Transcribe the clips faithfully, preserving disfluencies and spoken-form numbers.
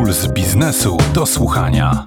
Puls biznesu do słuchania.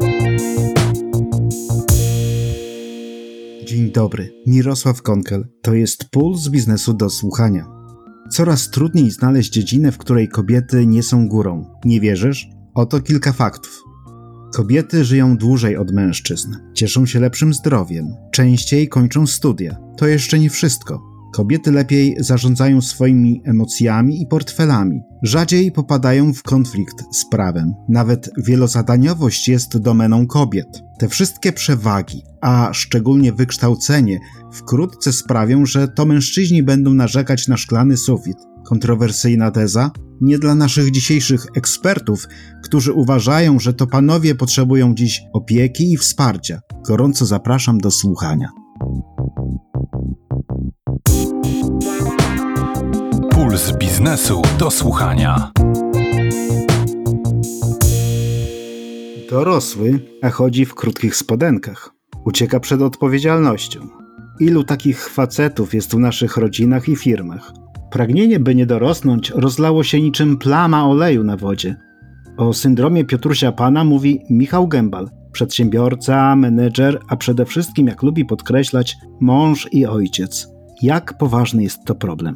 Dzień dobry, Mirosław Konkel. To jest Puls biznesu do słuchania. Coraz trudniej znaleźć dziedzinę, w której kobiety nie są górą. Nie wierzysz? Oto kilka faktów. Kobiety żyją dłużej od mężczyzn, cieszą się lepszym zdrowiem, częściej kończą studia. To jeszcze nie wszystko. Kobiety lepiej zarządzają swoimi emocjami i portfelami, rzadziej popadają w konflikt z prawem. Nawet wielozadaniowość jest domeną kobiet. Te wszystkie przewagi, a szczególnie wykształcenie, wkrótce sprawią, że to mężczyźni będą narzekać na szklany sufit. Kontrowersyjna teza? Nie dla naszych dzisiejszych ekspertów, którzy uważają, że to panowie potrzebują dziś opieki i wsparcia. Gorąco zapraszam do słuchania. Puls biznesu do słuchania. Dorosły, a chodzi w krótkich spodenkach. Ucieka przed odpowiedzialnością. Ilu takich facetów jest w naszych rodzinach i firmach? Pragnienie, by nie dorosnąć, rozlało się niczym plama oleju na wodzie. O syndromie Piotrusia Pana mówi Michał Gębal, przedsiębiorca, menedżer, a przede wszystkim, jak lubi podkreślać, mąż i ojciec. Jak poważny jest to problem?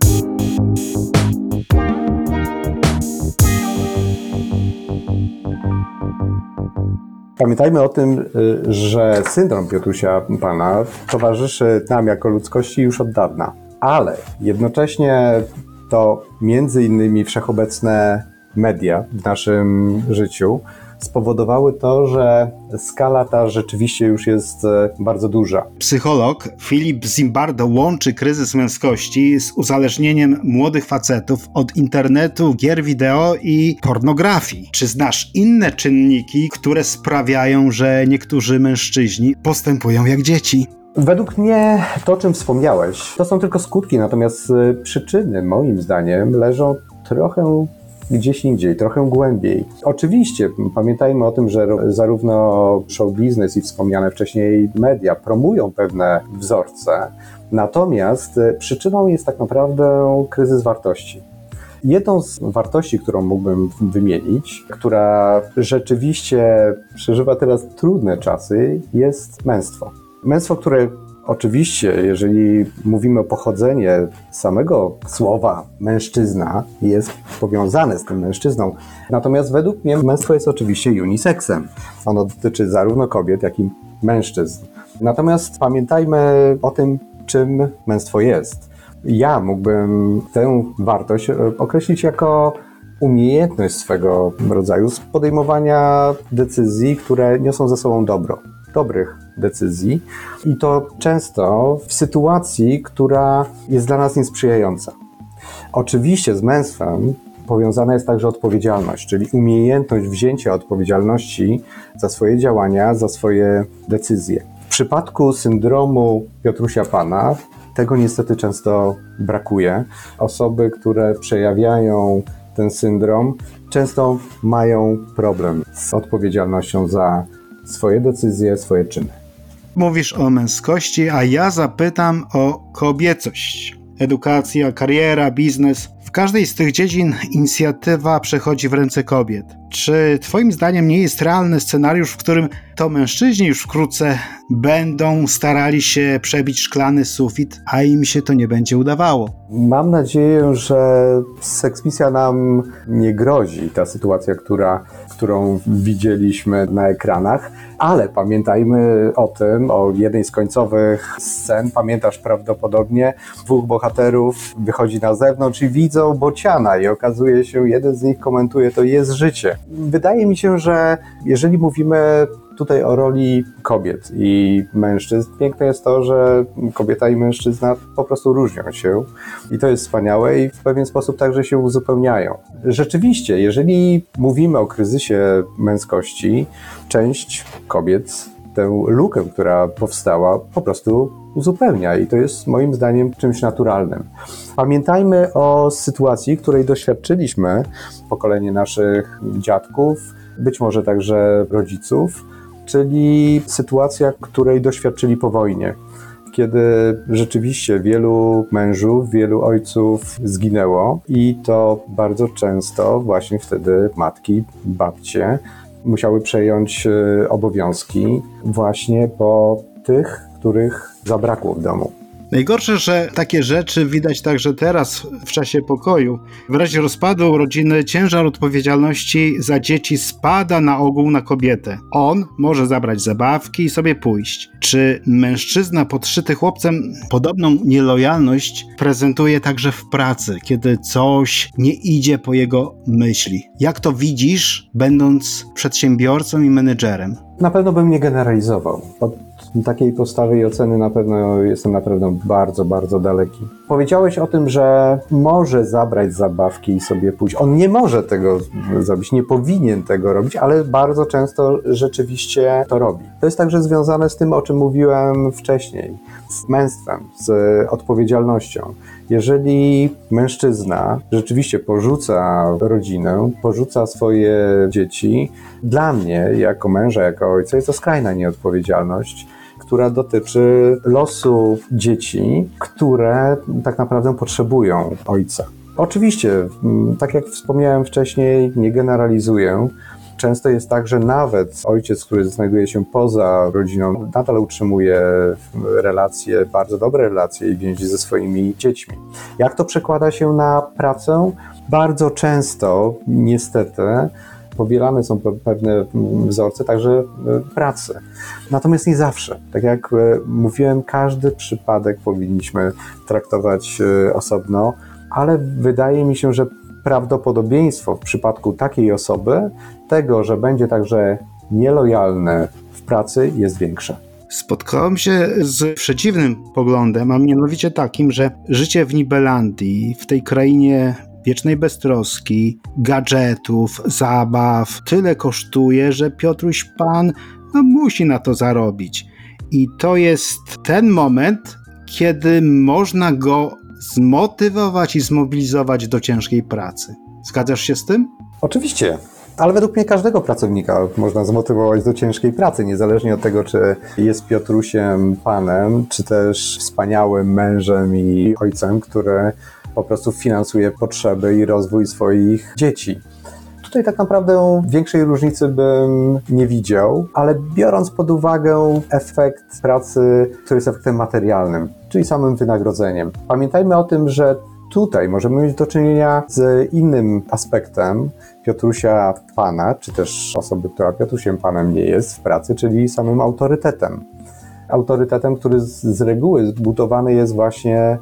Pamiętajmy o tym, że syndrom Piotrusia Pana towarzyszy nam jako ludzkości już od dawna, ale jednocześnie to między innymi wszechobecne media w naszym życiu spowodowały to, że skala ta rzeczywiście już jest bardzo duża. Psycholog Filip Zimbardo łączy kryzys męskości z uzależnieniem młodych facetów od internetu, gier wideo i pornografii. Czy znasz inne czynniki, które sprawiają, że niektórzy mężczyźni postępują jak dzieci? Według mnie to, o czym wspomniałeś, to są tylko skutki, natomiast przyczyny moim zdaniem leżą trochę gdzieś indziej, trochę głębiej. Oczywiście pamiętajmy o tym, że zarówno show biznes i wspomniane wcześniej media promują pewne wzorce, natomiast przyczyną jest tak naprawdę kryzys wartości. Jedną z wartości, którą mógłbym wymienić, która rzeczywiście przeżywa teraz trudne czasy, jest męstwo. Męstwo, które oczywiście, jeżeli mówimy o pochodzeniu samego słowa mężczyzna, jest powiązane z tym mężczyzną. Natomiast według mnie męstwo jest oczywiście uniseksem. Ono dotyczy zarówno kobiet, jak i mężczyzn. Natomiast pamiętajmy o tym, czym męstwo jest. Ja mógłbym tę wartość określić jako umiejętność swego rodzaju z podejmowania decyzji, które niosą ze sobą dobro. Dobrych decyzji i to często w sytuacji, która jest dla nas niesprzyjająca. Oczywiście z męstwem powiązana jest także odpowiedzialność, czyli umiejętność wzięcia odpowiedzialności za swoje działania, za swoje decyzje. W przypadku syndromu Piotrusia Pana tego niestety często brakuje. Osoby, które przejawiają ten syndrom, często mają problem z odpowiedzialnością za swoje decyzje, swoje czyny. Mówisz o męskości, a ja zapytam o kobiecość. Edukacja, kariera, biznes. W każdej z tych dziedzin inicjatywa przechodzi w ręce kobiet. Czy twoim zdaniem nie jest realny scenariusz, w którym to mężczyźni już wkrótce będą starali się przebić szklany sufit, a im się to nie będzie udawało? Mam nadzieję, że seksmisja nam nie grozi, ta sytuacja, która, którą widzieliśmy na ekranach, ale pamiętajmy o tym, o jednej z końcowych scen, pamiętasz prawdopodobnie, dwóch bohaterów wychodzi na zewnątrz i widzą bociana i okazuje się, jeden z nich komentuje, to jest życie. Wydaje mi się, że jeżeli mówimy tutaj o roli kobiet i mężczyzn, piękne jest to, że kobieta i mężczyzna po prostu różnią się i to jest wspaniałe i w pewien sposób także się uzupełniają. Rzeczywiście, jeżeli mówimy o kryzysie męskości, część kobiet tę lukę, która powstała, po prostu uzupełnia i to jest moim zdaniem czymś naturalnym. Pamiętajmy o sytuacji, której doświadczyliśmy, pokolenie naszych dziadków, być może także rodziców, czyli sytuacja, której doświadczyli po wojnie. kiedy rzeczywiście wielu mężów, wielu ojców zginęło i to bardzo często właśnie wtedy matki, babcie musiały przejąć obowiązki właśnie po tych, których zabrakło w domu. Najgorsze, że takie rzeczy widać także teraz, w czasie pokoju. W razie rozpadu rodziny ciężar odpowiedzialności za dzieci spada na ogół na kobietę. On może zabrać zabawki i sobie pójść. Czy mężczyzna podszyty chłopcem podobną nielojalność prezentuje także w pracy, kiedy coś nie idzie po jego myśli? Jak to widzisz, będąc przedsiębiorcą i menedżerem? Na pewno bym nie generalizował. Od takiej postawy i oceny na pewno jestem naprawdę bardzo, bardzo daleki. Powiedziałeś o tym, że może zabrać zabawki i sobie pójść. On nie może tego zrobić, nie powinien tego robić, ale bardzo często rzeczywiście to robi. To jest także związane z tym, o czym mówiłem wcześniej, z męstwem, z odpowiedzialnością. Jeżeli mężczyzna rzeczywiście porzuca rodzinę, porzuca swoje dzieci, dla mnie, jako męża, jako ojca, jest to skrajna nieodpowiedzialność, która dotyczy losu dzieci, które tak naprawdę potrzebują ojca. Oczywiście, tak jak wspomniałem wcześniej, nie generalizuję. Często jest tak, że nawet ojciec, który znajduje się poza rodziną, nadal utrzymuje relacje, bardzo dobre relacje i więzi ze swoimi dziećmi. Jak to przekłada się na pracę? Bardzo często, niestety, powielane są pewne wzorce także pracy. Natomiast nie zawsze. Tak jak mówiłem, każdy przypadek powinniśmy traktować osobno, ale wydaje mi się, że prawdopodobieństwo w przypadku takiej osoby tego, że będzie także nielojalny w pracy, jest większe. Spotkałem się z przeciwnym poglądem, a mianowicie takim, że życie w Nibelandii, w tej krainie wiecznej beztroski, gadżetów, zabaw, tyle kosztuje, że Piotruś Pan no, musi na to zarobić. I to jest ten moment, kiedy można go zmotywować i zmobilizować do ciężkiej pracy. Zgadzasz się z tym? Oczywiście. Ale według mnie każdego pracownika można zmotywować do ciężkiej pracy, niezależnie od tego, czy jest Piotrusiem Panem, czy też wspaniałym mężem i ojcem, który po prostu finansuje potrzeby i rozwój swoich dzieci. Tutaj tak naprawdę większej różnicy bym nie widział, ale biorąc pod uwagę efekt pracy, który jest efektem materialnym, czyli samym wynagrodzeniem. Pamiętajmy o tym, że tutaj możemy mieć do czynienia z innym aspektem Piotrusia Pana, czy też osoby, która Piotrusiem Panem nie jest w pracy, czyli samym autorytetem. Autorytetem, który z, z reguły zbudowany jest właśnie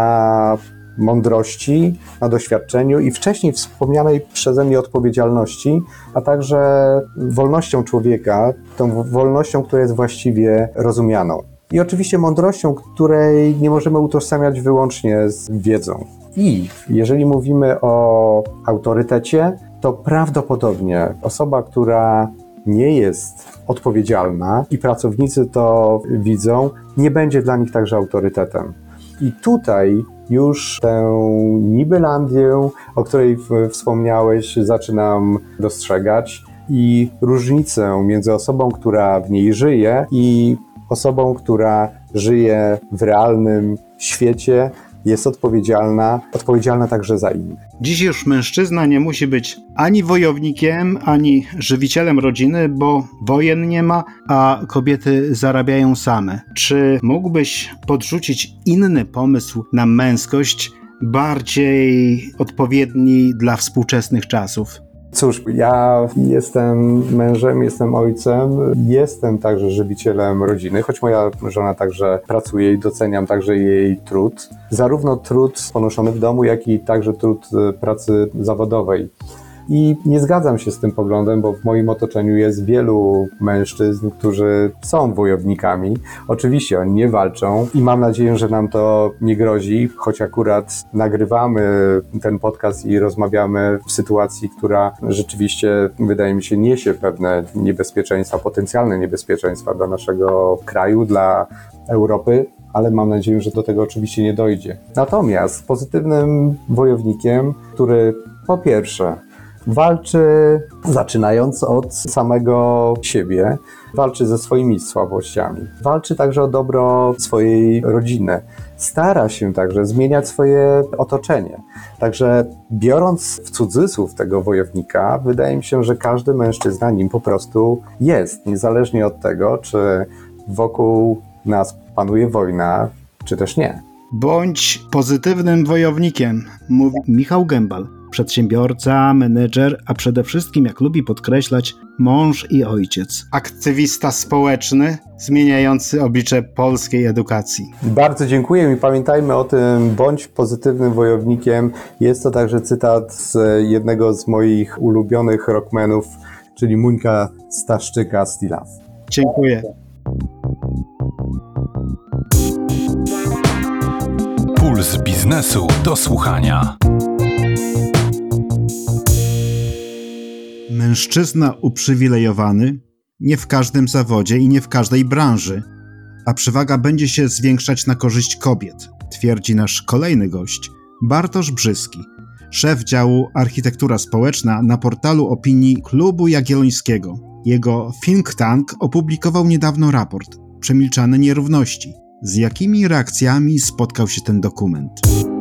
na mądrości, na doświadczeniu i wcześniej wspomnianej przeze mnie odpowiedzialności, a także wolnością człowieka, tą wolnością, która jest właściwie rozumianą. I oczywiście mądrością, której nie możemy utożsamiać wyłącznie z wiedzą. I jeżeli mówimy o autorytecie, to prawdopodobnie osoba, która nie jest odpowiedzialna i pracownicy to widzą, nie będzie dla nich także autorytetem. I tutaj już tę Nibelandię, o której wspomniałeś, zaczynam dostrzegać i różnicę między osobą, która w niej żyje i osobą, która żyje w realnym świecie, jest odpowiedzialna, odpowiedzialna także za innych. Dziś już mężczyzna nie musi być ani wojownikiem, ani żywicielem rodziny, bo wojen nie ma, a kobiety zarabiają same. Czy mógłbyś podrzucić inny pomysł na męskość, bardziej odpowiedni dla współczesnych czasów? Cóż, ja jestem mężem, jestem ojcem, jestem także żywicielem rodziny, choć moja żona także pracuje i doceniam także jej trud. Zarówno trud ponoszony w domu, jak i także trud pracy zawodowej. I nie zgadzam się z tym poglądem, bo w moim otoczeniu jest wielu mężczyzn, którzy są wojownikami. Oczywiście oni nie walczą i mam nadzieję, że nam to nie grozi, choć akurat nagrywamy ten podcast i rozmawiamy w sytuacji, która rzeczywiście, wydaje mi się, niesie pewne niebezpieczeństwa, potencjalne niebezpieczeństwa dla naszego kraju, dla Europy, ale mam nadzieję, że do tego oczywiście nie dojdzie. Natomiast pozytywnym wojownikiem, który po pierwsze Walczy zaczynając od samego siebie, walczy ze swoimi słabościami, walczy także o dobro swojej rodziny, stara się także zmieniać swoje otoczenie. Także biorąc w cudzysłów tego wojownika, wydaje mi się, że każdy mężczyzna nim po prostu jest, niezależnie od tego, czy wokół nas panuje wojna, czy też nie. Bądź pozytywnym wojownikiem, mówi Michał Gębal, przedsiębiorca, menedżer, a przede wszystkim, jak lubi podkreślać, mąż i ojciec. Aktywista społeczny, zmieniający oblicze polskiej edukacji. Bardzo dziękuję i pamiętajmy o tym, bądź pozytywnym wojownikiem. Jest to także cytat z jednego z moich ulubionych rockmenów, czyli Muńka Staszczyka z T-Love. Dziękuję. Puls biznesu do słuchania. Mężczyzna uprzywilejowany nie w każdym zawodzie i nie w każdej branży, a przewaga będzie się zwiększać na korzyść kobiet, twierdzi nasz kolejny gość, Bartosz Brzyski, szef działu Architektura Społeczna na portalu opinii Klubu Jagiellońskiego. Jego think tank opublikował niedawno raport Przemilczane nierówności. Z jakimi reakcjami spotkał się ten dokument?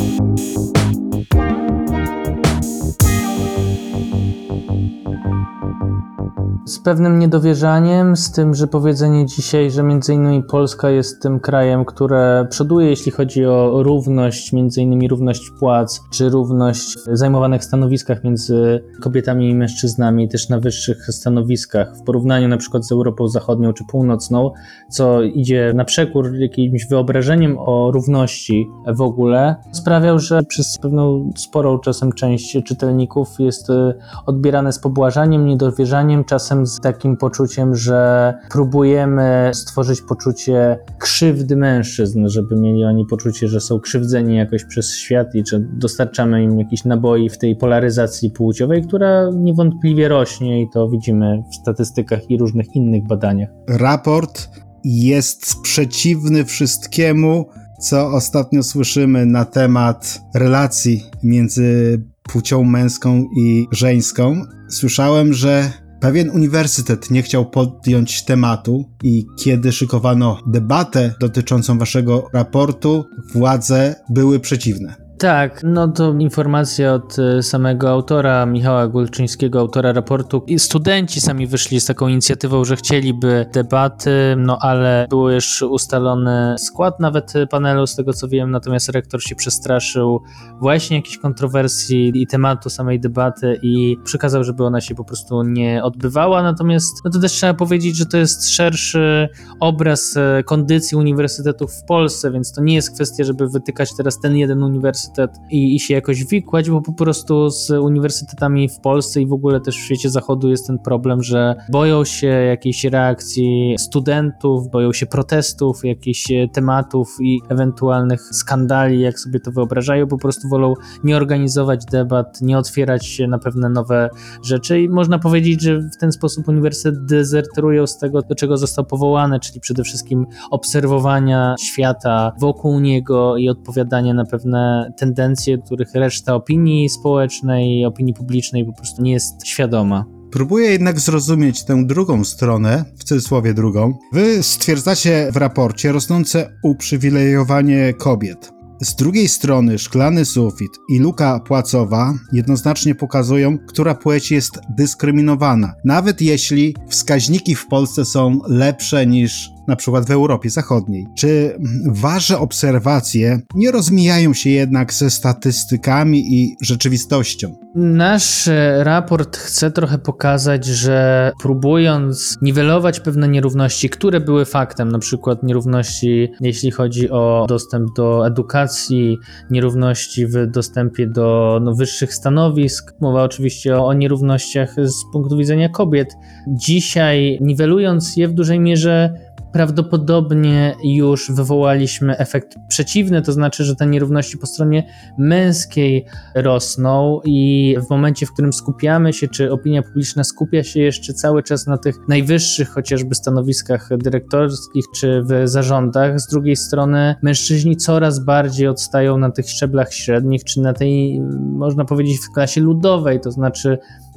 Z pewnym niedowierzaniem, z tym, że powiedzenie dzisiaj, że między innymi Polska jest tym krajem, które przoduje, jeśli chodzi o równość, między innymi równość płac, czy równość w zajmowanych stanowiskach między kobietami i mężczyznami, też na wyższych stanowiskach, w porównaniu na przykład z Europą Zachodnią czy Północną, co idzie na przekór jakimś wyobrażeniem o równości w ogóle, sprawiał, że przez pewną sporą czasem część czytelników jest odbierane z pobłażaniem, niedowierzaniem, czasem z takim poczuciem, że próbujemy stworzyć poczucie krzywdy mężczyzn, żeby mieli oni poczucie, że są krzywdzeni jakoś przez świat i że dostarczamy im jakiś naboi w tej polaryzacji płciowej, która niewątpliwie rośnie i to widzimy w statystykach i różnych innych badaniach. Raport jest przeciwny wszystkiemu, co ostatnio słyszymy na temat relacji między płcią męską i żeńską. Słyszałem, że pewien uniwersytet nie chciał podjąć tematu i kiedy szykowano debatę dotyczącą waszego raportu, władze były przeciwne. Tak, no to informacja od samego autora, Michała Gulczyńskiego, autora raportu. I studenci sami wyszli z taką inicjatywą, że chcieliby debaty, no ale był już ustalony skład nawet panelu, z tego co wiem, natomiast rektor się przestraszył właśnie jakichś kontrowersji i tematu samej debaty i przykazał, żeby ona się po prostu nie odbywała, natomiast no to też trzeba powiedzieć, że to jest szerszy obraz kondycji uniwersytetów w Polsce, więc to nie jest kwestia, żeby wytykać teraz ten jeden uniwersytet I, i się jakoś wikłać, bo po prostu z uniwersytetami w Polsce i w ogóle też w świecie zachodu jest ten problem, że boją się jakiejś reakcji studentów, boją się protestów, jakichś tematów i ewentualnych skandali, jak sobie to wyobrażają, po prostu wolą nie organizować debat, nie otwierać się na pewne nowe rzeczy i można powiedzieć, że w ten sposób uniwersytet dezerterują z tego, do czego został powołany, czyli przede wszystkim obserwowania świata wokół niego i odpowiadania na pewne tendencje, których reszta opinii społecznej, opinii publicznej po prostu nie jest świadoma. Próbuję jednak zrozumieć tę drugą stronę, w cudzysłowie drugą. Wy stwierdzacie w raporcie rosnące uprzywilejowanie kobiet. Z drugiej strony szklany sufit i luka płacowa jednoznacznie pokazują, która płeć jest dyskryminowana, nawet jeśli wskaźniki w Polsce są lepsze niż na przykład w Europie Zachodniej. Czy wasze obserwacje nie rozmijają się jednak ze statystykami i rzeczywistością? Nasz raport chce trochę pokazać, że próbując niwelować pewne nierówności, które były faktem, na przykład nierówności, jeśli chodzi o dostęp do edukacji, nierówności w dostępie do no, wyższych stanowisk, mowa oczywiście o, o nierównościach z punktu widzenia kobiet. Dzisiaj niwelując je w dużej mierze prawdopodobnie już wywołaliśmy efekt przeciwny, to znaczy, że te nierówności po stronie męskiej rosną i w momencie, w którym skupiamy się, czy opinia publiczna skupia się jeszcze cały czas na tych najwyższych chociażby stanowiskach dyrektorskich, czy w zarządach, z drugiej strony mężczyźni coraz bardziej odstają na tych szczeblach średnich, czy na tej, można powiedzieć, w klasie ludowej, to znaczy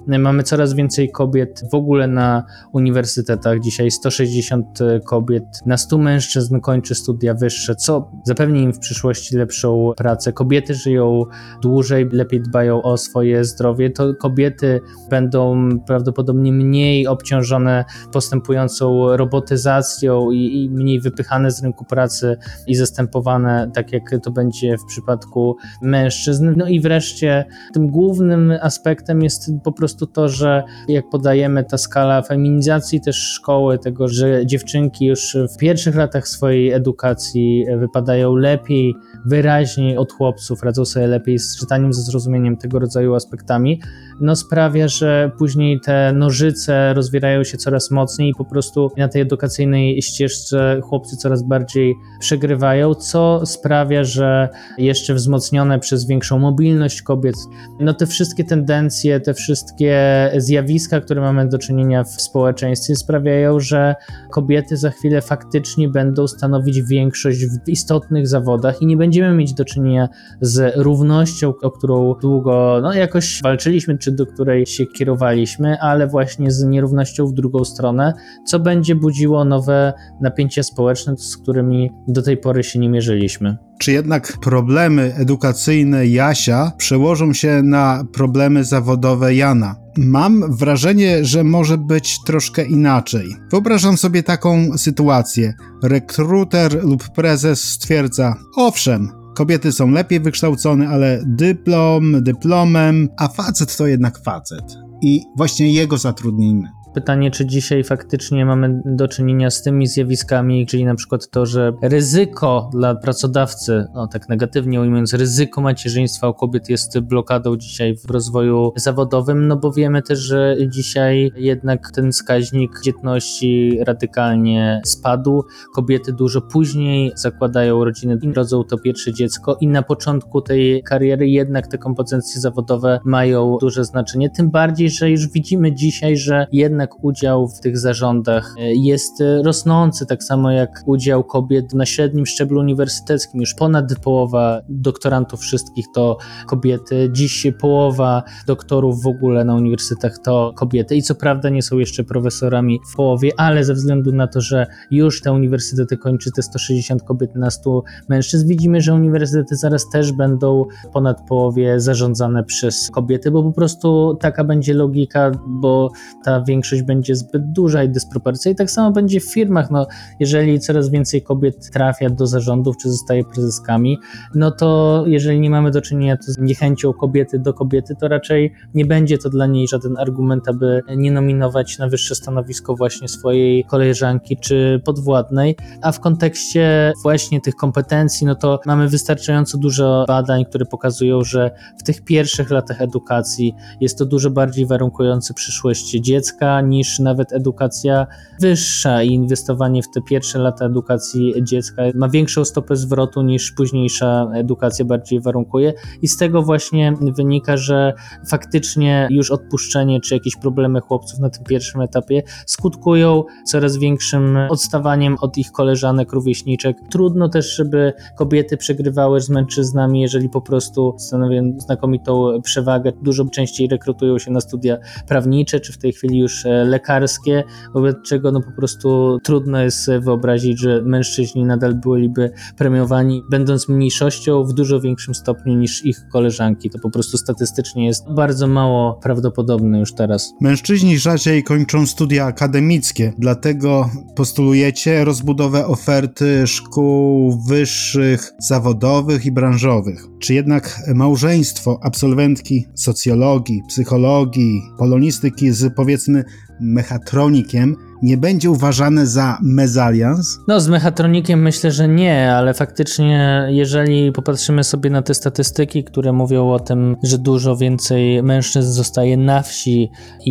Mamy coraz więcej kobiet w ogóle na uniwersytetach. Dzisiaj sto sześćdziesiąt kobiet na stu mężczyzn kończy studia wyższe, co zapewni im w przyszłości lepszą pracę. Kobiety żyją dłużej, lepiej dbają o swoje zdrowie. To kobiety będą prawdopodobnie mniej obciążone postępującą robotyzacją i, i mniej wypychane z rynku pracy i zastępowane, tak jak to będzie w przypadku mężczyzn. No i wreszcie tym głównym aspektem jest po prostu to, że jak podajemy ta skala feminizacji też szkoły, tego, że dziewczynki już w pierwszych latach swojej edukacji wypadają lepiej, wyraźniej od chłopców, radzą sobie lepiej z czytaniem, ze zrozumieniem tego rodzaju aspektami, no sprawia, że później te nożyce rozwierają się coraz mocniej i po prostu na tej edukacyjnej ścieżce chłopcy coraz bardziej przegrywają, co sprawia, że jeszcze wzmocnione przez większą mobilność kobiet, no te wszystkie tendencje, te wszystkie zjawiska, które mamy do czynienia w społeczeństwie, sprawiają, że kobiety za chwilę faktycznie będą stanowić większość w istotnych zawodach i nie będziemy mieć do czynienia z równością, o którą długo no, jakoś walczyliśmy, czy do której się kierowaliśmy, ale właśnie z nierównością w drugą stronę, co będzie budziło nowe napięcia społeczne, z którymi do tej pory się nie mierzyliśmy. Czy jednak problemy edukacyjne Jasia przełożą się na problemy zawodowe Jana? Mam wrażenie, że może być troszkę inaczej. Wyobrażam sobie taką sytuację. Rekruter lub prezes stwierdza: owszem, kobiety są lepiej wykształcone, ale dyplom dyplomem, a facet to jednak facet. I właśnie jego zatrudnijmy. Pytanie, czy dzisiaj faktycznie mamy do czynienia z tymi zjawiskami, czyli na przykład to, że ryzyko dla pracodawcy, no tak negatywnie ujmując, ryzyko macierzyństwa u kobiet jest blokadą dzisiaj w rozwoju zawodowym, no bo wiemy też, że dzisiaj jednak ten wskaźnik dzietności radykalnie spadł. Kobiety dużo później zakładają rodziny i rodzą to pierwsze dziecko i na początku tej kariery jednak te kompetencje zawodowe mają duże znaczenie, tym bardziej, że już widzimy dzisiaj, że jednak udział w tych zarządach jest rosnący, tak samo jak udział kobiet na średnim szczeblu uniwersyteckim. Już ponad połowa doktorantów wszystkich to kobiety. Dziś połowa doktorów w ogóle na uniwersytetach to kobiety i co prawda nie są jeszcze profesorami w połowie, ale ze względu na to, że już te uniwersytety kończy te sto sześćdziesiąt kobiet na stu mężczyzn, widzimy, że uniwersytety zaraz też będą w ponad połowie zarządzane przez kobiety, bo po prostu taka będzie logika, bo ta większość będzie zbyt duża i dysproporcja. I tak samo będzie w firmach. No, jeżeli coraz więcej kobiet trafia do zarządów, czy zostaje prezeskami, no to jeżeli nie mamy do czynienia z niechęcią kobiety do kobiety, to raczej nie będzie to dla niej żaden argument, aby nie nominować na wyższe stanowisko właśnie swojej koleżanki czy podwładnej. A w kontekście właśnie tych kompetencji, no to mamy wystarczająco dużo badań, które pokazują, że w tych pierwszych latach edukacji jest to dużo bardziej warunkujące przyszłość dziecka niż nawet edukacja wyższa i inwestowanie w te pierwsze lata edukacji dziecka ma większą stopę zwrotu niż późniejsza edukacja bardziej warunkuje i z tego właśnie wynika, że faktycznie już odpuszczenie czy jakieś problemy chłopców na tym pierwszym etapie skutkują coraz większym odstawaniem od ich koleżanek, rówieśniczek. Trudno też, żeby kobiety przegrywały z mężczyznami, jeżeli po prostu stanowią znakomitą przewagę. Dużo częściej rekrutują się na studia prawnicze, czy w tej chwili już lekarskie, wobec czego no po prostu trudno jest wyobrazić, że mężczyźni nadal byliby premiowani, będąc mniejszością w dużo większym stopniu niż ich koleżanki. To po prostu statystycznie jest bardzo mało prawdopodobne już teraz. Mężczyźni rzadziej kończą studia akademickie, dlatego postulujecie rozbudowę oferty szkół wyższych, zawodowych i branżowych. Czy jednak małżeństwo absolwentki socjologii, psychologii, polonistyki z powiedzmy mechatronikiem nie będzie uważane za mezalians? No z mechatronikiem myślę, że nie, ale faktycznie jeżeli popatrzymy sobie na te statystyki, które mówią o tym, że dużo więcej mężczyzn zostaje na wsi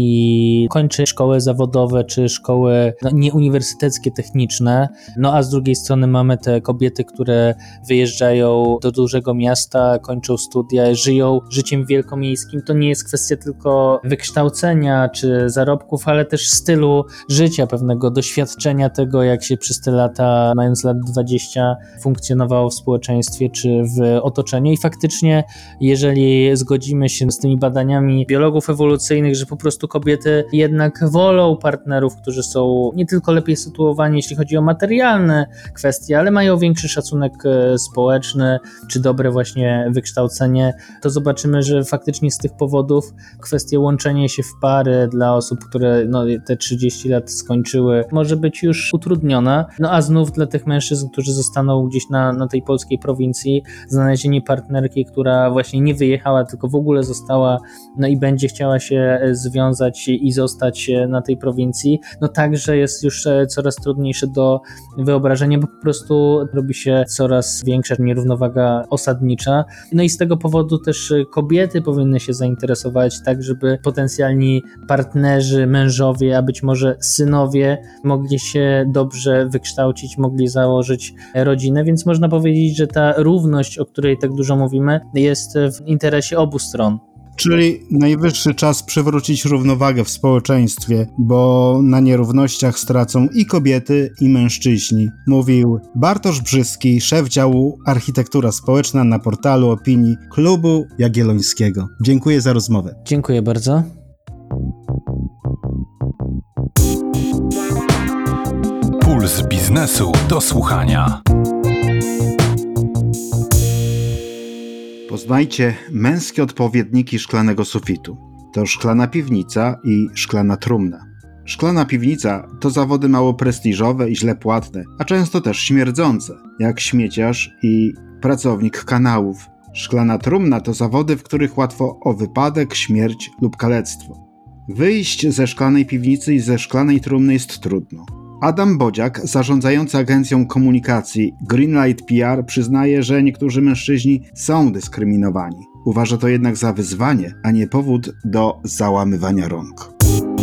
i kończy szkoły zawodowe czy szkoły no, nieuniwersyteckie, techniczne, no a z drugiej strony mamy te kobiety, które wyjeżdżają do dużego miasta, kończą studia, żyją życiem wielkomiejskim, to nie jest kwestia tylko wykształcenia czy zarobków, ale też stylu życia, życia, pewnego doświadczenia tego, jak się przez te lata, mając lat dwadzieścia, funkcjonowało w społeczeństwie czy w otoczeniu i faktycznie, jeżeli zgodzimy się z tymi badaniami biologów ewolucyjnych, że po prostu kobiety jednak wolą partnerów, którzy są nie tylko lepiej sytuowani, jeśli chodzi o materialne kwestie, ale mają większy szacunek społeczny, czy dobre właśnie wykształcenie, to zobaczymy, że faktycznie z tych powodów kwestia łączenia się w pary dla osób, które no, te trzydzieści lat skończyły, może być już utrudniona. No a znów dla tych mężczyzn, którzy zostaną gdzieś na, na tej polskiej prowincji, znalezienie partnerki, która właśnie nie wyjechała, tylko w ogóle została, no i będzie chciała się związać i zostać na tej prowincji, no także jest już coraz trudniejsze do wyobrażenia, bo po prostu robi się coraz większa nierównowaga osadnicza. No i z tego powodu też kobiety powinny się zainteresować tak, żeby potencjalni partnerzy, mężowie, a być może synowie mogli się dobrze wykształcić, mogli założyć rodzinę, więc można powiedzieć, że ta równość, o której tak dużo mówimy, jest w interesie obu stron. Czyli najwyższy czas przywrócić równowagę w społeczeństwie, bo na nierównościach stracą i kobiety, i mężczyźni. Mówił Bartosz Brzyski, szef działu Architektura Społeczna na portalu opinii Klubu Jagiellońskiego. Dziękuję za rozmowę. Dziękuję bardzo. Puls biznesu do słuchania. Poznajcie męskie odpowiedniki szklanego sufitu. To szklana piwnica i szklana trumna. Szklana piwnica to zawody mało prestiżowe i źle płatne, a często też śmierdzące, jak śmieciarz i pracownik kanałów. Szklana trumna to zawody, w których łatwo o wypadek, śmierć lub kalectwo. Wyjść ze szklanej piwnicy i ze szklanej trumny jest trudno. Adam Bodziak, zarządzający agencją komunikacji Greenlight P R, przyznaje, że niektórzy mężczyźni są dyskryminowani. Uważa to jednak za wyzwanie, a nie powód do załamywania rąk.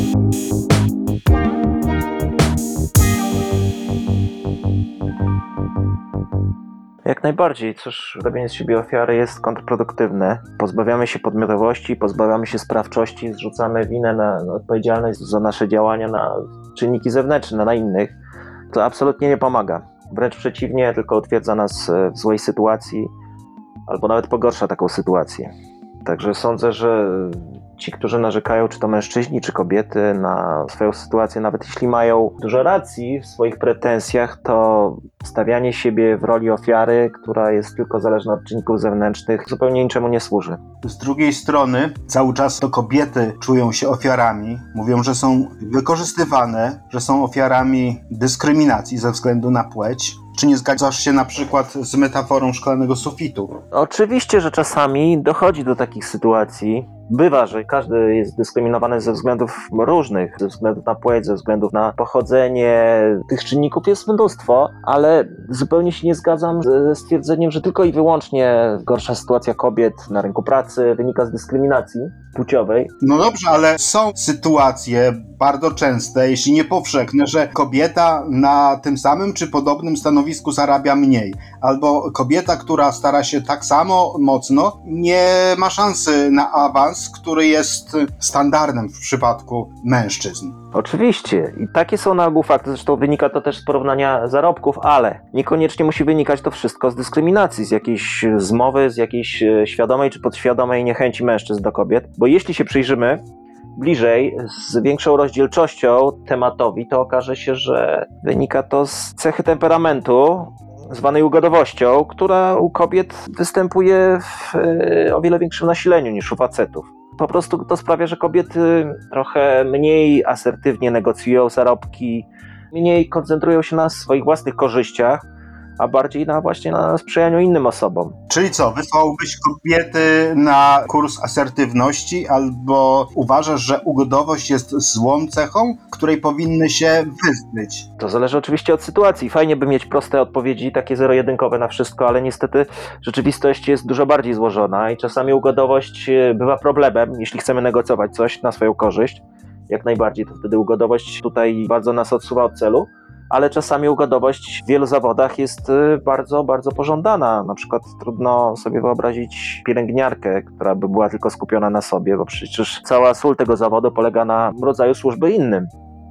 Jak najbardziej, cóż, robienie z siebie ofiary jest kontrproduktywne. Pozbawiamy się podmiotowości, pozbawiamy się sprawczości, zrzucamy winę na, na odpowiedzialność za nasze działania na czynniki zewnętrzne, na innych. To absolutnie nie pomaga. Wręcz przeciwnie, tylko utwierdza nas w złej sytuacji albo nawet pogarsza taką sytuację. Także sądzę, że ci, którzy narzekają, czy to mężczyźni, czy kobiety, na swoją sytuację, nawet jeśli mają dużo racji w swoich pretensjach, to stawianie siebie w roli ofiary, która jest tylko zależna od czynników zewnętrznych, zupełnie niczemu nie służy. Z drugiej strony cały czas to kobiety czują się ofiarami, mówią, że są wykorzystywane, że są ofiarami dyskryminacji ze względu na płeć. Czy nie zgadzasz się na przykład z metaforą szklanego sufitu? Oczywiście, że czasami dochodzi do takich sytuacji. Bywa, że każdy jest dyskryminowany ze względów różnych, ze względów na płeć, ze względów na pochodzenie. Tych czynników jest mnóstwo, ale zupełnie się nie zgadzam ze stwierdzeniem, że tylko i wyłącznie gorsza sytuacja kobiet na rynku pracy wynika z dyskryminacji płciowej. No dobrze, ale są sytuacje bardzo częste, jeśli nie powszechne, że kobieta na tym samym czy podobnym stanowisku zarabia mniej, albo kobieta, która stara się tak samo mocno, nie ma szansy na awans, który jest standardem w przypadku mężczyzn. Oczywiście i takie są na ogół fakty, zresztą wynika to też z porównania zarobków, ale niekoniecznie musi wynikać to wszystko z dyskryminacji, z jakiejś zmowy, z jakiejś świadomej czy podświadomej niechęci mężczyzn do kobiet, bo jeśli się przyjrzymy bliżej, z większą rozdzielczością tematowi, to okaże się, że wynika to z cechy temperamentu, zwanej ugodowością, która u kobiet występuje w o wiele większym nasileniu niż u facetów. Po prostu to sprawia, że kobiety trochę mniej asertywnie negocjują zarobki, mniej koncentrują się na swoich własnych korzyściach, a bardziej na właśnie na sprzyjaniu innym osobom. Czyli co, wysłałbyś kobiety na kurs asertywności, albo uważasz, że ugodowość jest złą cechą, której powinny się wyzbyć? To zależy oczywiście od sytuacji. Fajnie by mieć proste odpowiedzi, takie zero-jedynkowe na wszystko, ale niestety rzeczywistość jest dużo bardziej złożona i czasami ugodowość bywa problemem, jeśli chcemy negocjować coś na swoją korzyść. Jak najbardziej, to wtedy ugodowość tutaj bardzo nas odsuwa od celu. Ale czasami ugodowość w wielu zawodach jest bardzo, bardzo pożądana. Na przykład trudno sobie wyobrazić pielęgniarkę, która by była tylko skupiona na sobie, bo przecież cała sól tego zawodu polega na rodzaju służby innym.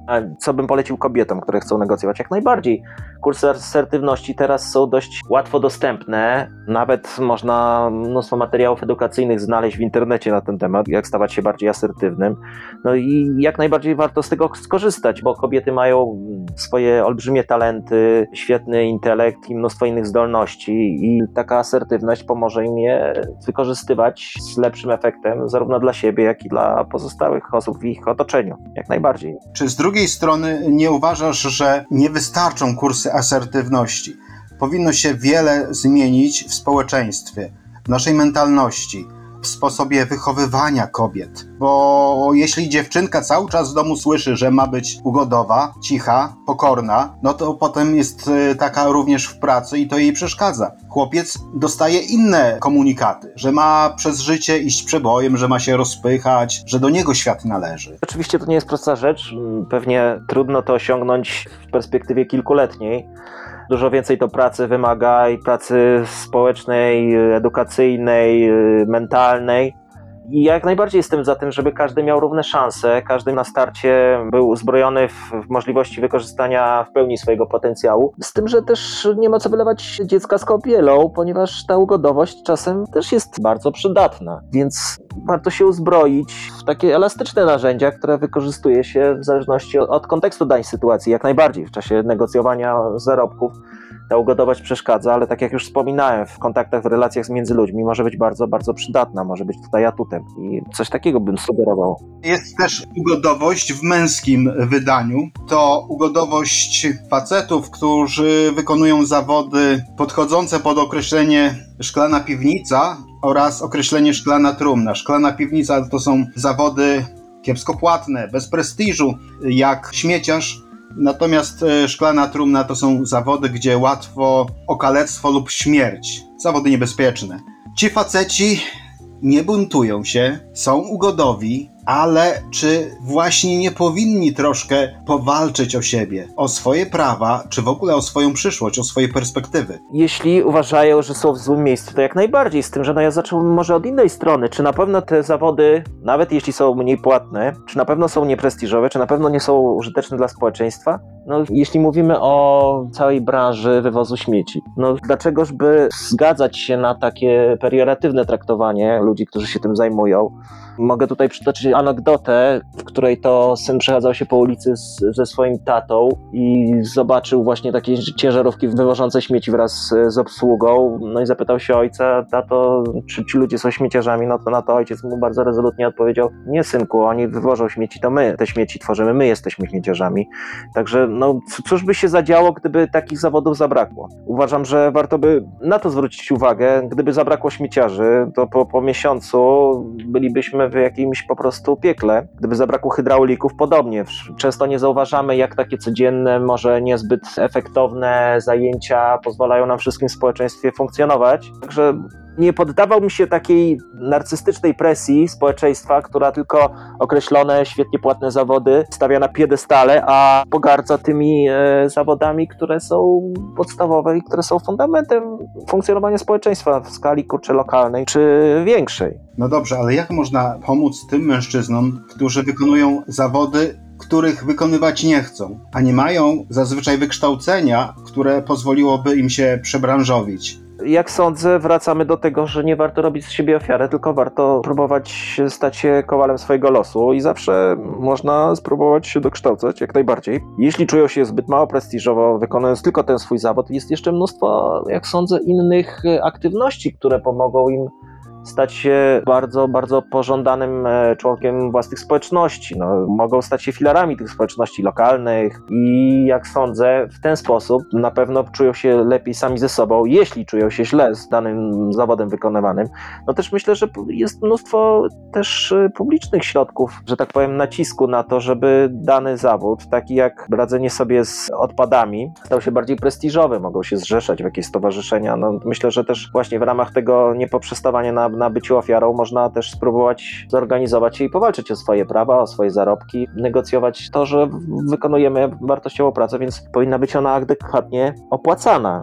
A co bym polecił kobietom, które chcą negocjować? Jak najbardziej. Kursy asertywności teraz są dość łatwo dostępne. Nawet można mnóstwo materiałów edukacyjnych znaleźć w internecie na ten temat, jak stawać się bardziej asertywnym. No i jak najbardziej warto z tego skorzystać, bo kobiety mają swoje olbrzymie talenty, świetny intelekt i mnóstwo innych zdolności i taka asertywność pomoże im je wykorzystywać z lepszym efektem zarówno dla siebie, jak i dla pozostałych osób w ich otoczeniu. Jak najbardziej. Czy z drugiej strony nie uważasz, że nie wystarczą kursy asertywności? Powinno się wiele zmienić w społeczeństwie, w naszej mentalności, w sposobie wychowywania kobiet. Bo jeśli dziewczynka cały czas w domu słyszy, że ma być ugodowa, cicha, pokorna, no to potem jest taka również w pracy i to jej przeszkadza. Chłopiec dostaje inne komunikaty, że ma przez życie iść przebojem, że ma się rozpychać, że do niego świat należy. Oczywiście to nie jest prosta rzecz. Pewnie trudno to osiągnąć w perspektywie kilkuletniej. Dużo więcej to pracy wymaga i pracy społecznej, edukacyjnej, mentalnej. I jak najbardziej jestem za tym, żeby każdy miał równe szanse, każdy na starcie był uzbrojony w, w możliwości wykorzystania w pełni swojego potencjału. Z tym, że też nie ma co wylewać dziecka z kąpielą, ponieważ ta ugodowość czasem też jest bardzo przydatna. Więc warto się uzbroić w takie elastyczne narzędzia, które wykorzystuje się w zależności od, od kontekstu danej sytuacji. Jak najbardziej w czasie negocjowania zarobków ta ugodowość przeszkadza, ale tak jak już wspominałem, w kontaktach, w relacjach między ludźmi może być bardzo, bardzo przydatna, może być tutaj atutem i coś takiego bym sugerował. Jest też ugodowość w męskim wydaniu. To ugodowość facetów, którzy wykonują zawody podchodzące pod określenie szklana piwnica oraz określenie szklana trumna. Szklana piwnica to są zawody kiepsko płatne, bez prestiżu, jak śmieciarz. Natomiast szklana trumna to są zawody, gdzie łatwo okalectwo lub śmierć. Zawody niebezpieczne. Ci faceci nie buntują się, są ugodowi, ale czy właśnie nie powinni troszkę powalczyć o siebie, o swoje prawa, czy w ogóle o swoją przyszłość, o swoje perspektywy? Jeśli uważają, że są w złym miejscu, to jak najbardziej, z tym, że no ja zacząłbym może od innej strony. Czy na pewno te zawody, nawet jeśli są mniej płatne, czy na pewno są nieprestiżowe, czy na pewno nie są użyteczne dla społeczeństwa? No, jeśli mówimy o całej branży wywozu śmieci, no dlaczegoż by zgadzać się na takie perioratywne traktowanie ludzi, którzy się tym zajmują? Mogę tutaj przytoczyć anegdotę, w której to syn przechadzał się po ulicy z, ze swoim tatą i zobaczył właśnie takie ciężarówki wywożące śmieci wraz z obsługą. No i zapytał się ojca: tato, czy ci ludzie są śmieciarzami? No to na to ojciec mu bardzo rezolutnie odpowiedział: nie, synku, oni wywożą śmieci, to my te śmieci tworzymy, my jesteśmy śmieciarzami. Także no cóż by się zadziało, gdyby takich zawodów zabrakło? Uważam, że warto by na to zwrócić uwagę. Gdyby zabrakło śmieciarzy, to po, po miesiącu bylibyśmy w jakimś po prostu piekle. Gdyby zabrakło hydraulików, podobnie. Często nie zauważamy, jak takie codzienne, może niezbyt efektowne zajęcia pozwalają nam wszystkim w społeczeństwie funkcjonować. Także nie poddawałbym się takiej narcystycznej presji społeczeństwa, która tylko określone, świetnie płatne zawody stawia na piedestale, a pogardza tymi e, zawodami, które są podstawowe i które są fundamentem funkcjonowania społeczeństwa w skali kurczę lokalnej czy większej. No dobrze, ale jak można pomóc tym mężczyznom, którzy wykonują zawody, których wykonywać nie chcą, a nie mają zazwyczaj wykształcenia, które pozwoliłoby im się przebranżowić? Jak sądzę, wracamy do tego, że nie warto robić z siebie ofiarę, tylko warto próbować stać się kowalem swojego losu i zawsze można spróbować się dokształcać, jak najbardziej. Jeśli czują się zbyt mało prestiżowo, wykonując tylko ten swój zawód, jest jeszcze mnóstwo, jak sądzę, innych aktywności, które pomogą im stać się bardzo, bardzo pożądanym członkiem własnych społeczności. No, mogą stać się filarami tych społeczności lokalnych i jak sądzę, w ten sposób na pewno czują się lepiej sami ze sobą. Jeśli czują się źle z danym zawodem wykonywanym, no też myślę, że jest mnóstwo też publicznych środków, że tak powiem, nacisku na to, żeby dany zawód, taki jak radzenie sobie z odpadami, stał się bardziej prestiżowy. Mogą się zrzeszać w jakieś stowarzyszenia. No, myślę, że też właśnie w ramach tego niepoprzestawania na na byciu ofiarą można też spróbować zorganizować się i powalczyć o swoje prawa, o swoje zarobki, negocjować to, że wykonujemy wartościową pracę, więc powinna być ona adekwatnie opłacana.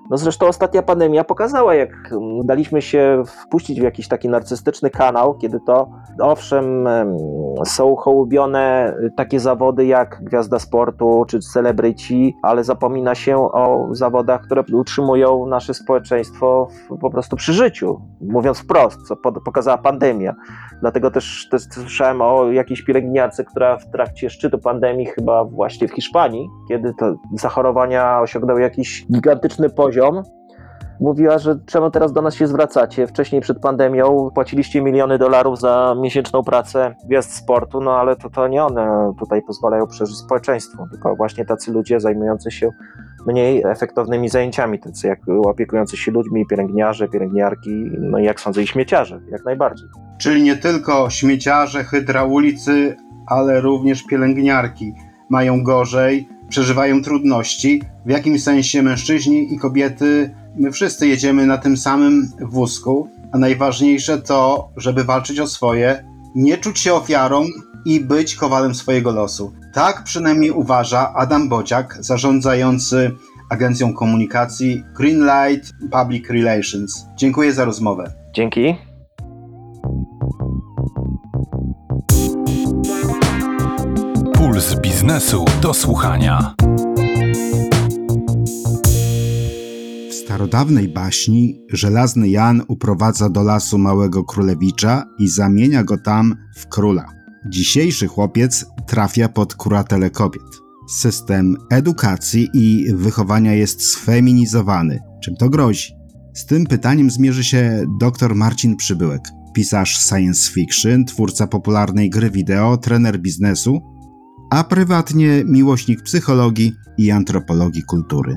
No zresztą ostatnia pandemia pokazała, jak daliśmy się wpuścić w jakiś taki narcystyczny kanał, kiedy to owszem są hołubione takie zawody jak gwiazda sportu czy celebryci, ale zapomina się o zawodach, które utrzymują nasze społeczeństwo w, po prostu przy życiu. Mówiąc wprost, co pokazała pandemia. Dlatego też, też słyszałem o jakiejś pielęgniarce, która w trakcie szczytu pandemii, chyba właśnie w Hiszpanii, kiedy to zachorowania osiągnęły jakiś gigantyczny poziom, mówiła, że czemu teraz do nas się zwracacie? Wcześniej przed pandemią płaciliście miliony dolarów za miesięczną pracę gwiazd sportu, no ale to, to nie one tutaj pozwalają przeżyć społeczeństwu, tylko właśnie tacy ludzie zajmujący się mniej efektownymi zajęciami, tacy jak opiekujący się ludźmi, pielęgniarze, pielęgniarki, no i jak sądzę i śmieciarze, jak najbardziej. Czyli nie tylko śmieciarze, hydraulicy, ale również pielęgniarki mają gorzej, przeżywają trudności. W jakimś sensie mężczyźni i kobiety, my wszyscy jedziemy na tym samym wózku, a najważniejsze to, żeby walczyć o swoje, nie czuć się ofiarą i być kowalem swojego losu. Tak przynajmniej uważa Adam Bociak, zarządzający Agencją Komunikacji Greenlight Public Relations. Dziękuję za rozmowę. Dzięki. Puls biznesu do słuchania. W starodawnej baśni żelazny Jan uprowadza do lasu małego królewicza i zamienia go tam w króla. Dzisiejszy chłopiec trafia pod kuratelę kobiet. System edukacji i wychowania jest sfeminizowany. Czym to grozi? Z tym pytaniem zmierzy się dr Marcin Przybyłek, pisarz science fiction, twórca popularnej gry wideo, trener biznesu, a prywatnie miłośnik psychologii i antropologii kultury.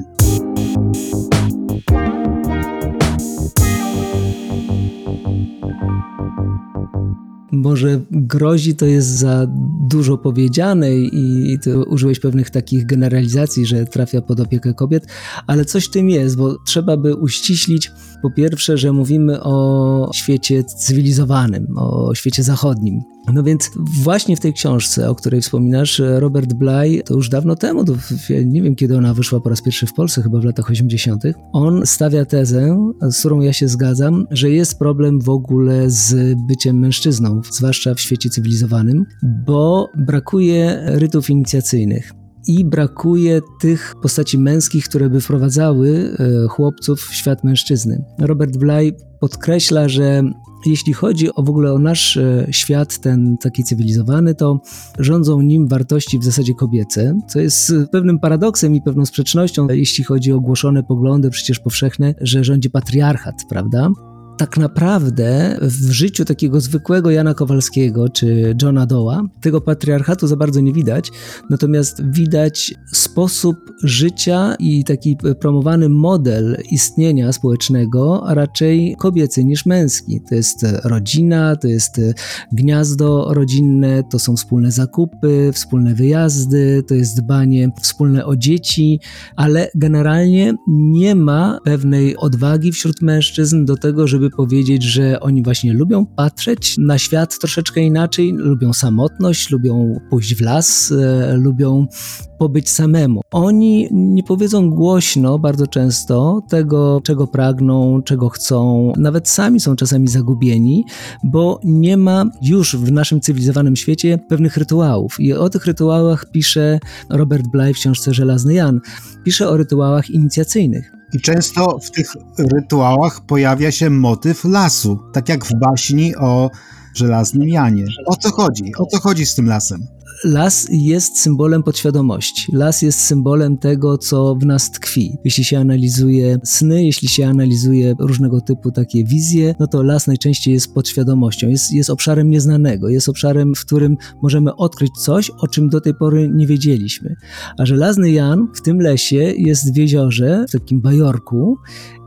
Może grozi to jest za dużo powiedziane i ty użyłeś pewnych takich generalizacji, że trafia pod opiekę kobiet, ale coś w tym jest, bo trzeba by uściślić po pierwsze, że mówimy o świecie cywilizowanym, o świecie zachodnim. No więc właśnie w tej książce, o której wspominasz, Robert Bly, to już dawno temu, to nie wiem kiedy ona wyszła po raz pierwszy w Polsce, chyba w latach osiemdziesiątych, on stawia tezę, z którą ja się zgadzam, że jest problem w ogóle z byciem mężczyzną, zwłaszcza w świecie cywilizowanym, bo brakuje rytów inicjacyjnych. I brakuje tych postaci męskich, które by wprowadzały chłopców w świat mężczyzny. Robert Bly podkreśla, że jeśli chodzi o w ogóle o nasz świat, ten taki cywilizowany, to rządzą nim wartości w zasadzie kobiece, co jest pewnym paradoksem i pewną sprzecznością, jeśli chodzi o głoszone poglądy przecież powszechne, że rządzi patriarchat, prawda? Tak naprawdę w życiu takiego zwykłego Jana Kowalskiego czy Johna Doe'a tego patriarchatu za bardzo nie widać, natomiast widać sposób życia i taki promowany model istnienia społecznego, a raczej kobiecy niż męski. To jest rodzina, to jest gniazdo rodzinne, to są wspólne zakupy, wspólne wyjazdy, to jest dbanie wspólne o dzieci, ale generalnie nie ma pewnej odwagi wśród mężczyzn do tego, żeby powiedzieć, że oni właśnie lubią patrzeć na świat troszeczkę inaczej, lubią samotność, lubią pójść w las, e, lubią pobyć samemu. Oni nie powiedzą głośno bardzo często tego, czego pragną, czego chcą. Nawet sami są czasami zagubieni, bo nie ma już w naszym cywilizowanym świecie pewnych rytuałów. I o tych rytuałach pisze Robert Bly w książce Żelazny Jan. Pisze o rytuałach inicjacyjnych. I często w tych rytuałach pojawia się motyw lasu, tak jak w baśni o Żelaznym Janie. O co chodzi? O co chodzi z tym lasem? Las jest symbolem podświadomości. Las jest symbolem tego, co w nas tkwi. Jeśli się analizuje sny, jeśli się analizuje różnego typu takie wizje, no to las najczęściej jest podświadomością, jest, jest obszarem nieznanego, jest obszarem, w którym możemy odkryć coś, o czym do tej pory nie wiedzieliśmy. A Żelazny Jan w tym lesie jest w jeziorze, w takim bajorku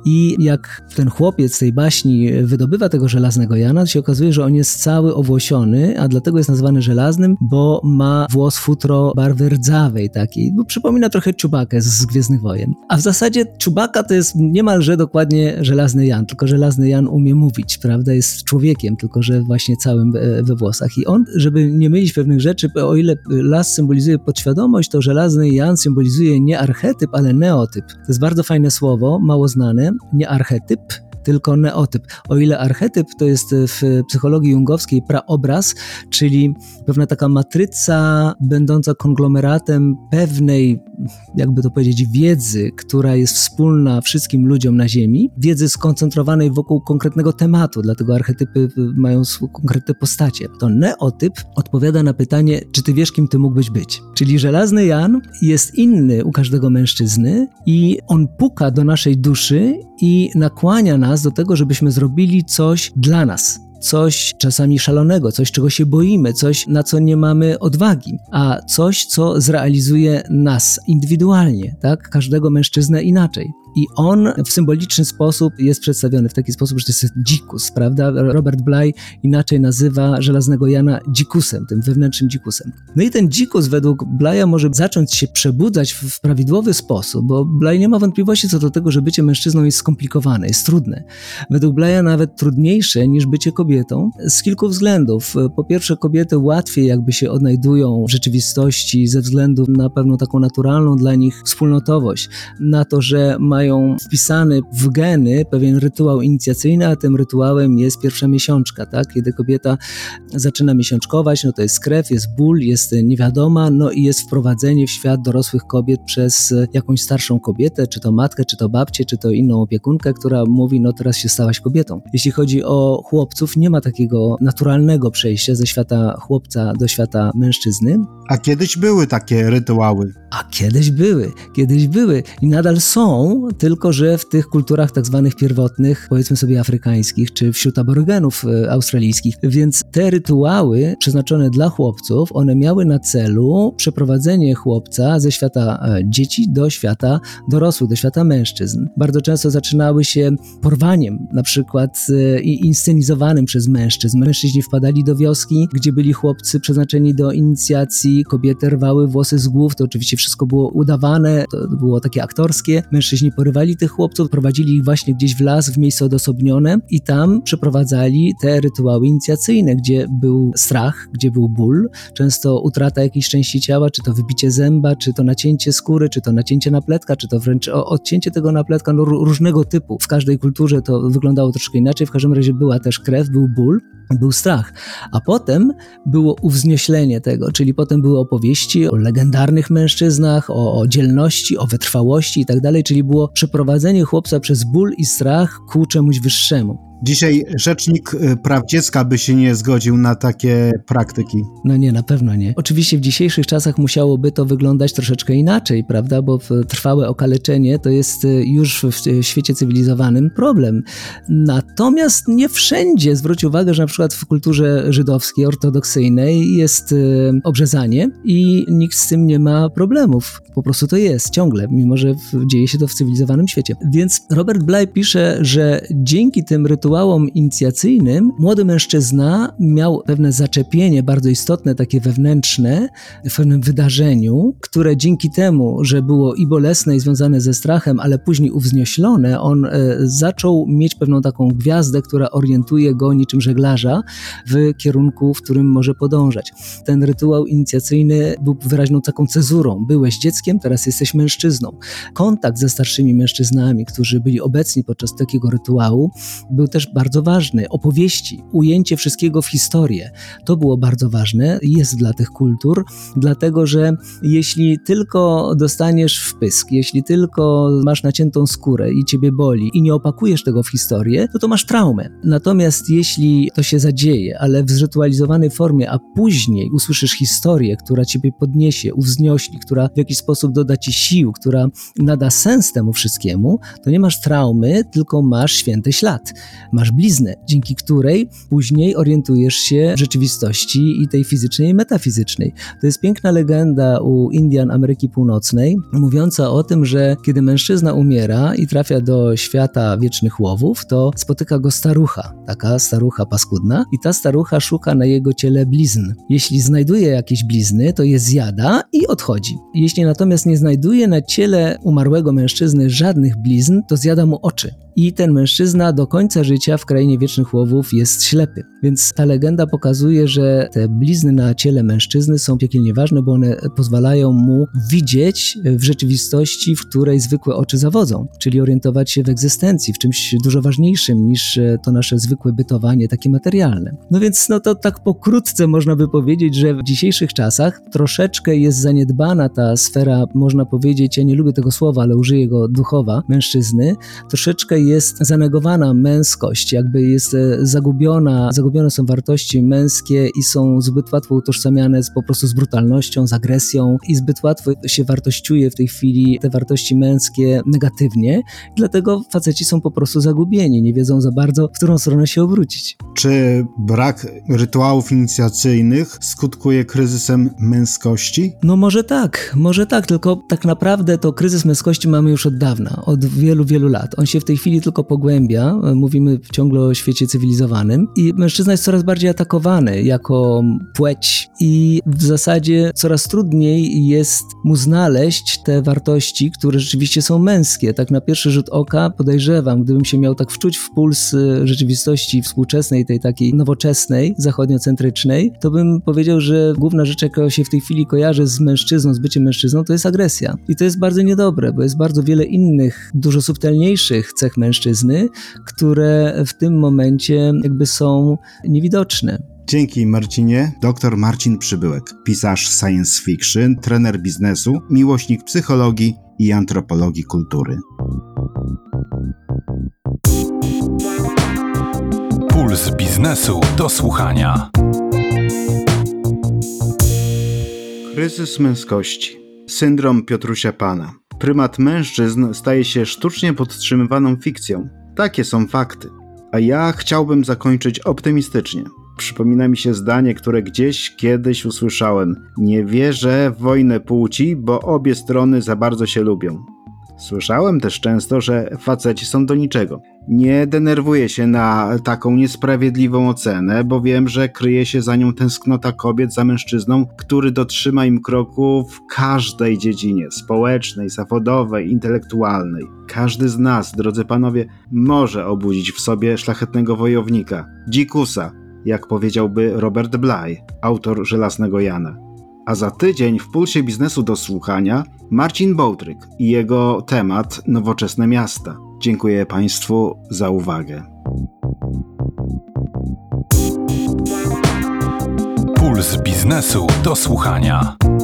I jak ten chłopiec z tej baśni wydobywa tego żelaznego Jana, to się okazuje, że on jest cały owłosiony, a dlatego jest nazwany żelaznym, bo ma włos futro barwy rdzawej takiej, bo przypomina trochę Chewbackę z Gwiezdnych Wojen. A w zasadzie Chewbacca to jest niemalże dokładnie żelazny Jan, tylko żelazny Jan umie mówić, prawda, jest człowiekiem, tylko że właśnie całym we włosach. I on, żeby nie mylić pewnych rzeczy, o ile las symbolizuje podświadomość, to żelazny Jan symbolizuje nie archetyp, ale neotyp. To jest bardzo fajne słowo, mało znane, nie archetyp, tylko neotyp. O ile archetyp to jest w psychologii jungowskiej praobraz, czyli pewna taka matryca będąca konglomeratem pewnej, jakby to powiedzieć, wiedzy, która jest wspólna wszystkim ludziom na Ziemi, wiedzy skoncentrowanej wokół konkretnego tematu, dlatego archetypy mają konkretne postacie. To neotyp odpowiada na pytanie, czy ty wiesz, kim ty mógłbyś być. Czyli żelazny Jan jest inny u każdego mężczyzny i on puka do naszej duszy i nakłania nas do tego, żebyśmy zrobili coś dla nas. Coś czasami szalonego, coś, czego się boimy, coś, na co nie mamy odwagi, a coś, co zrealizuje nas indywidualnie, tak? Każdego mężczyznę inaczej. I on w symboliczny sposób jest przedstawiony w taki sposób, że to jest dzikus, prawda? Robert Bly inaczej nazywa żelaznego Jana dzikusem, tym wewnętrznym dzikusem. No i ten dzikus według Bly'a może zacząć się przebudzać w prawidłowy sposób, bo Bly nie ma wątpliwości co do tego, że bycie mężczyzną jest skomplikowane, jest trudne. Według Bly'a nawet trudniejsze niż bycie kobietą z kilku względów. Po pierwsze, kobiety łatwiej jakby się odnajdują w rzeczywistości ze względu na pewną taką naturalną dla nich wspólnotowość, na to, że mają mają wpisany w geny pewien rytuał inicjacyjny, a tym rytuałem jest pierwsza miesiączka, tak? Kiedy kobieta zaczyna miesiączkować, no to jest krew, jest ból, jest niewiadoma, no i jest wprowadzenie w świat dorosłych kobiet przez jakąś starszą kobietę, czy to matkę, czy to babcię, czy to inną opiekunkę, która mówi, no teraz się stałaś kobietą. Jeśli chodzi o chłopców, nie ma takiego naturalnego przejścia ze świata chłopca do świata mężczyzny. A kiedyś były takie rytuały. A kiedyś były, kiedyś były i nadal są, tylko że w tych kulturach tak zwanych pierwotnych, powiedzmy sobie afrykańskich, czy wśród aborygenów australijskich. Więc te rytuały przeznaczone dla chłopców, one miały na celu przeprowadzenie chłopca ze świata dzieci do świata dorosłych, do świata mężczyzn. Bardzo często zaczynały się porwaniem, na przykład i inscenizowanym przez mężczyzn. Mężczyźni wpadali do wioski, gdzie byli chłopcy przeznaczeni do inicjacji, kobiety rwały włosy z głów, to oczywiście wszystko było udawane, to było takie aktorskie. Mężczyźni porywali tych chłopców, prowadzili ich właśnie gdzieś w las, w miejsce odosobnione i tam przeprowadzali te rytuały inicjacyjne, gdzie był strach, gdzie był ból, często utrata jakiejś części ciała, czy to wybicie zęba, czy to nacięcie skóry, czy to nacięcie napletka, czy to wręcz odcięcie tego napletka, no różnego typu. W każdej kulturze to wyglądało troszkę inaczej, w każdym razie była też krew, był ból, był strach. A potem było uwznioślenie tego, czyli potem były opowieści o legendarnych mężczyznach, o, o dzielności, o wytrwałości i tak dalej, czyli było przeprowadzenie chłopca przez ból i strach ku czemuś wyższemu. Dzisiaj Rzecznik Praw Dziecka by się nie zgodził na takie praktyki. No nie, na pewno nie. Oczywiście w dzisiejszych czasach musiałoby to wyglądać troszeczkę inaczej, prawda, bo trwałe okaleczenie to jest już w świecie cywilizowanym problem. Natomiast nie wszędzie, zwróć uwagę, że na przykład w kulturze żydowskiej, ortodoksyjnej jest obrzezanie i nikt z tym nie ma problemów. Po prostu to jest ciągle, mimo że dzieje się to w cywilizowanym świecie. Więc Robert Bly pisze, że dzięki tym rytuałom inicjacyjnym młody mężczyzna miał pewne zaczepienie bardzo istotne, takie wewnętrzne w pewnym wydarzeniu, które dzięki temu, że było i bolesne i związane ze strachem, ale później uwznioślone, on e, zaczął mieć pewną taką gwiazdę, która orientuje go niczym żeglarza w kierunku, w którym może podążać. Ten rytuał inicjacyjny był wyraźną taką cezurą. Byłeś dzieckiem, teraz jesteś mężczyzną. Kontakt ze starszymi mężczyznami, którzy byli obecni podczas takiego rytuału, był też bardzo ważny. Opowieści, ujęcie wszystkiego w historię. To było bardzo ważne, jest dla tych kultur, dlatego że jeśli tylko dostaniesz w pysk, jeśli tylko masz naciętą skórę i ciebie boli i nie opakujesz tego w historię, to to masz traumę. Natomiast jeśli to się zadzieje, ale w zrytualizowanej formie, a później usłyszysz historię, która ciebie podniesie, uwzniośli, która w jakiś sposób doda ci sił, która nada sens temu wszystkiemu, to nie masz traumy, tylko masz święty ślad. masz bliznę, dzięki której później orientujesz się w rzeczywistości i tej fizycznej i metafizycznej. To jest piękna legenda u Indian Ameryki Północnej, mówiąca o tym, że kiedy mężczyzna umiera i trafia do świata wiecznych łowów, to spotyka go starucha, taka starucha paskudna, i ta starucha szuka na jego ciele blizn. Jeśli znajduje jakieś blizny, to je zjada i odchodzi. Jeśli natomiast nie znajduje na ciele umarłego mężczyzny żadnych blizn, to zjada mu oczy. I ten mężczyzna do końca życia w krainie wiecznych łowów jest ślepy. Więc ta legenda pokazuje, że te blizny na ciele mężczyzny są piekielnie ważne, bo one pozwalają mu widzieć w rzeczywistości, w której zwykłe oczy zawodzą, czyli orientować się w egzystencji, w czymś dużo ważniejszym niż to nasze zwykłe bytowanie, takie materialne. No więc no to tak pokrótce można by powiedzieć, że w dzisiejszych czasach troszeczkę jest zaniedbana ta sfera, można powiedzieć, ja nie lubię tego słowa, ale użyję go, duchowa mężczyzny. Troszeczkę jest zanegowana męskość, jakby jest zagubiona, zagubione są wartości męskie i są zbyt łatwo utożsamiane z, po prostu z brutalnością, z agresją i zbyt łatwo się wartościuje w tej chwili te wartości męskie negatywnie. Dlatego faceci są po prostu zagubieni, nie wiedzą za bardzo, w którą stronę się obrócić. Czy brak rytuałów inicjacyjnych skutkuje kryzysem męskości? No może tak, może tak, tylko tak naprawdę to kryzys męskości mamy już od dawna, od wielu, wielu lat. On się w tej chwili tylko pogłębia, mówimy ciągle o świecie cywilizowanym i mężczyzna jest coraz bardziej atakowany jako płeć i w zasadzie coraz trudniej jest mu znaleźć te wartości, które rzeczywiście są męskie. Tak na pierwszy rzut oka podejrzewam, gdybym się miał tak wczuć w puls rzeczywistości współczesnej, tej takiej nowoczesnej, zachodniocentrycznej, to bym powiedział, że główna rzecz, jaka się w tej chwili kojarzy z mężczyzną, z byciem mężczyzną, to jest agresja. I to jest bardzo niedobre, bo jest bardzo wiele innych, dużo subtelniejszych cech mężczyzny, które w tym momencie jakby są niewidoczne. Dzięki Marcinie. Doktor Marcin Przybyłek, pisarz science fiction, trener biznesu, miłośnik psychologii i antropologii kultury. Puls biznesu do słuchania. Kryzys męskości. Syndrom Piotrusia Pana. Prymat mężczyzn staje się sztucznie podtrzymywaną fikcją. Takie są fakty. A ja chciałbym zakończyć optymistycznie. Przypomina mi się zdanie, które gdzieś kiedyś usłyszałem. Nie wierzę w wojnę płci, bo obie strony za bardzo się lubią. Słyszałem też często, że faceci są do niczego. Nie denerwuję się na taką niesprawiedliwą ocenę, bo wiem, że kryje się za nią tęsknota kobiet za mężczyzną, który dotrzyma im kroku w każdej dziedzinie, społecznej, zawodowej, intelektualnej. Każdy z nas, drodzy panowie, może obudzić w sobie szlachetnego wojownika, dzikusa, jak powiedziałby Robert Bly, autor Żelaznego Jana. A za tydzień w Pulsie Biznesu do słuchania Marcin Bołtryk i jego temat Nowoczesne miasta. Dziękuję Państwu za uwagę. Puls Biznesu do słuchania.